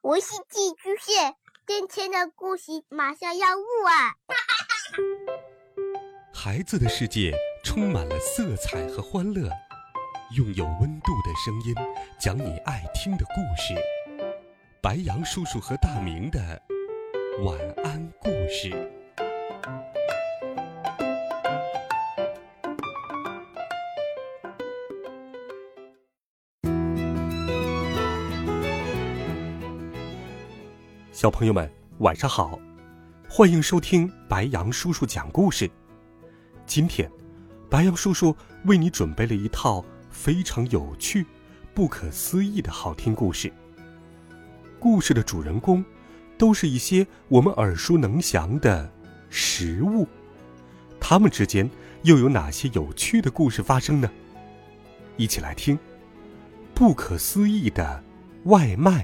我是寄居蟹，今天的故事马上要录啊！ 孩子的世界充满了色彩和欢乐，用有温度的声音讲你爱听的故事。白羊叔叔和大明的晚安故事。小朋友们晚上好，欢迎收听白羊叔叔讲故事。今天白羊叔叔为你准备了一套非常有趣、不可思议的好听故事。故事的主人公都是一些我们耳熟能详的食物，它们之间又有哪些有趣的故事发生呢？一起来听不可思议的外卖。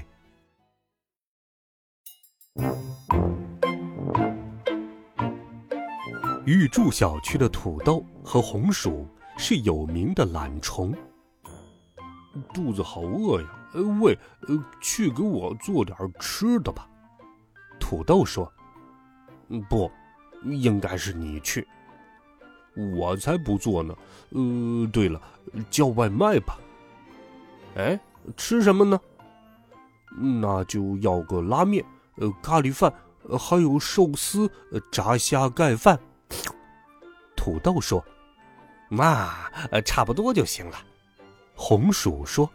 玉柱小区的土豆和红薯是有名的懒虫。 肚子好饿呀，喂，去给我做点吃的吧。 土豆说。 不，应该是你去。我才不做呢。对了，叫外卖吧。哎，吃什么呢？那就要个拉面，咖喱饭，还有寿司，炸虾盖饭。 土豆说。 那差不多就行了。 红薯说。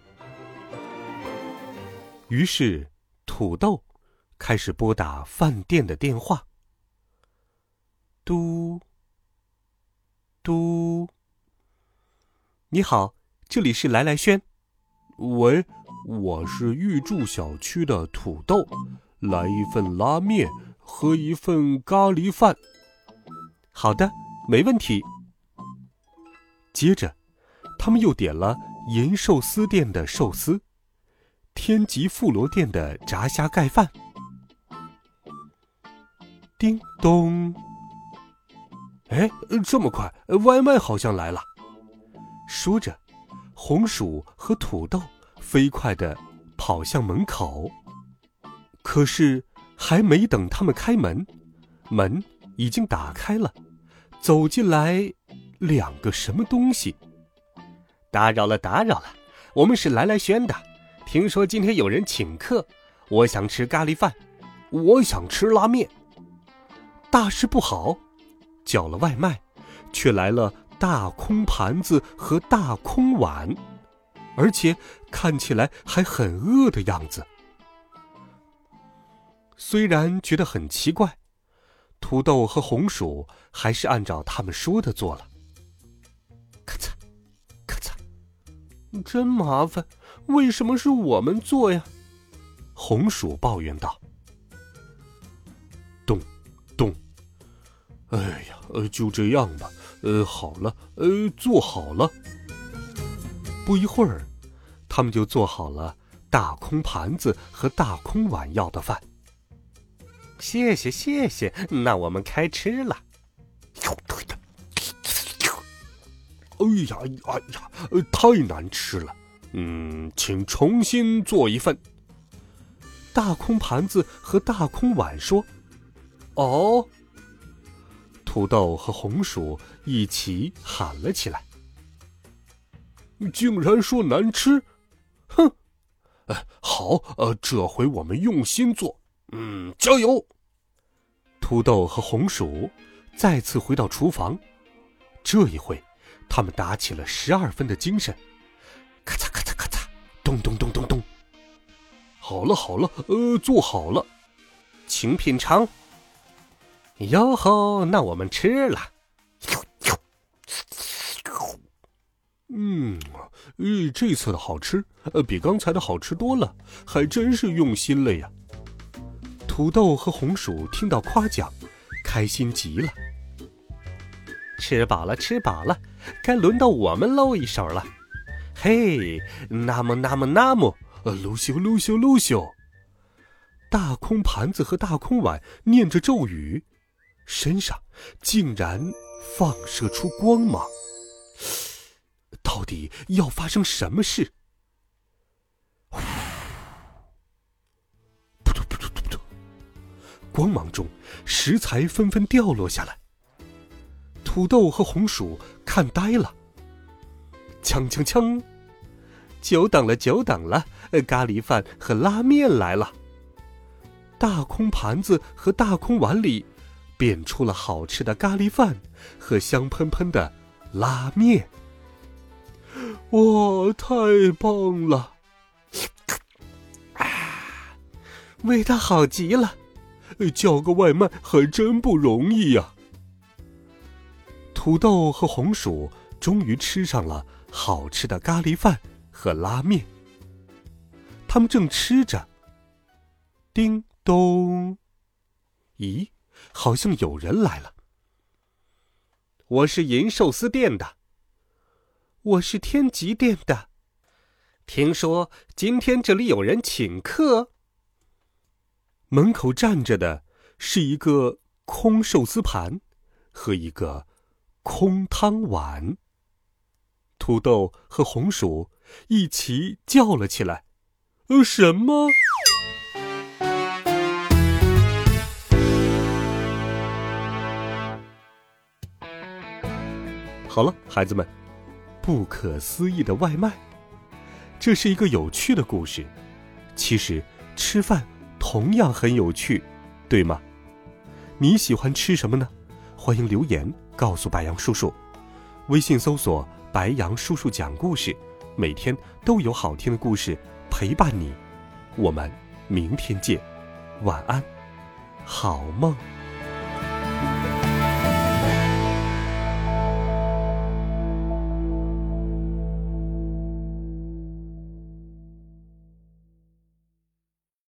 于是土豆开始拨打饭店的电话。嘟嘟，你好，这里是来来轩。 喂，我是玉柱小区的土豆，来一份拉面和一份咖喱饭。 好的，没问题。接着他们又点了银寿司店的寿司，天吉富罗店的炸虾盖饭。叮咚， 哎，这么快，外卖好像来了。 说着，红薯和土豆飞快地跑向门口。可是还没等他们开门，门已经打开了，走进来两个什么东西。 打扰了，我们是来来轩的，听说今天有人请客，我想吃咖喱饭， 我想吃拉面。 大事不好，叫了外卖，却来了大空盘子和大空碗，而且看起来还很饿的样子。虽然觉得很奇怪，土豆和红薯还是按照他们说的做了。咔嚓咔嚓， 真麻烦，为什么是我们做呀？ 红薯抱怨道。咚咚， 哎呀，就这样吧。好了，做好了。 不一会儿，他们就做好了大空盘子和大空碗要的饭。 谢谢，那我们开吃了。 哎呀，太难吃了。请重新做一份。 大空盘子和大空碗说。 哦。 土豆和红薯一起喊了起来。 竟然说难吃，哼！好，这回我们用心做，加油！ 土豆和红薯再次回到厨房，这一回他们打起了12分的精神。咔嚓咔嚓咔嚓，咚咚咚咚咚。 好了，做好了， 请品尝。哟吼，那我们吃了。 这次的好吃，比刚才的好吃多了，还真是用心了呀。 土豆和红薯听到夸奖，开心极了。 吃饱了，该轮到我们露一手了。嘿，那么， 噜咻。 大空盘子和大空碗念着咒语，身上竟然放射出光芒。到底要发生什么事？噗！ 光芒中，食材纷纷掉落下来。土豆和红薯看呆了。锵锵锵！久等了，久等了，咖喱饭和拉面来了。大空盘子和大空碗里变出了好吃的咖喱饭和香喷喷的拉面。哇，太棒了！味道好极了，叫个外卖还真不容易呀。土豆和红薯终于吃上了好吃的咖喱饭和拉面。他们正吃着，叮咚！咦，好像有人来了。我是银寿司店的。我是天吉店的。听说今天这里有人请客。门口站着的是一个空寿司盘和一个空汤碗。土豆和红薯一起叫了起来：什么？好了，孩子们，不可思议的外卖，这是一个有趣的故事。其实吃饭同样很有趣，对吗？你喜欢吃什么呢？欢迎留言告诉白杨叔叔。微信搜索白杨叔叔讲故事，每天都有好听的故事陪伴你。我们明天见，晚安，好梦。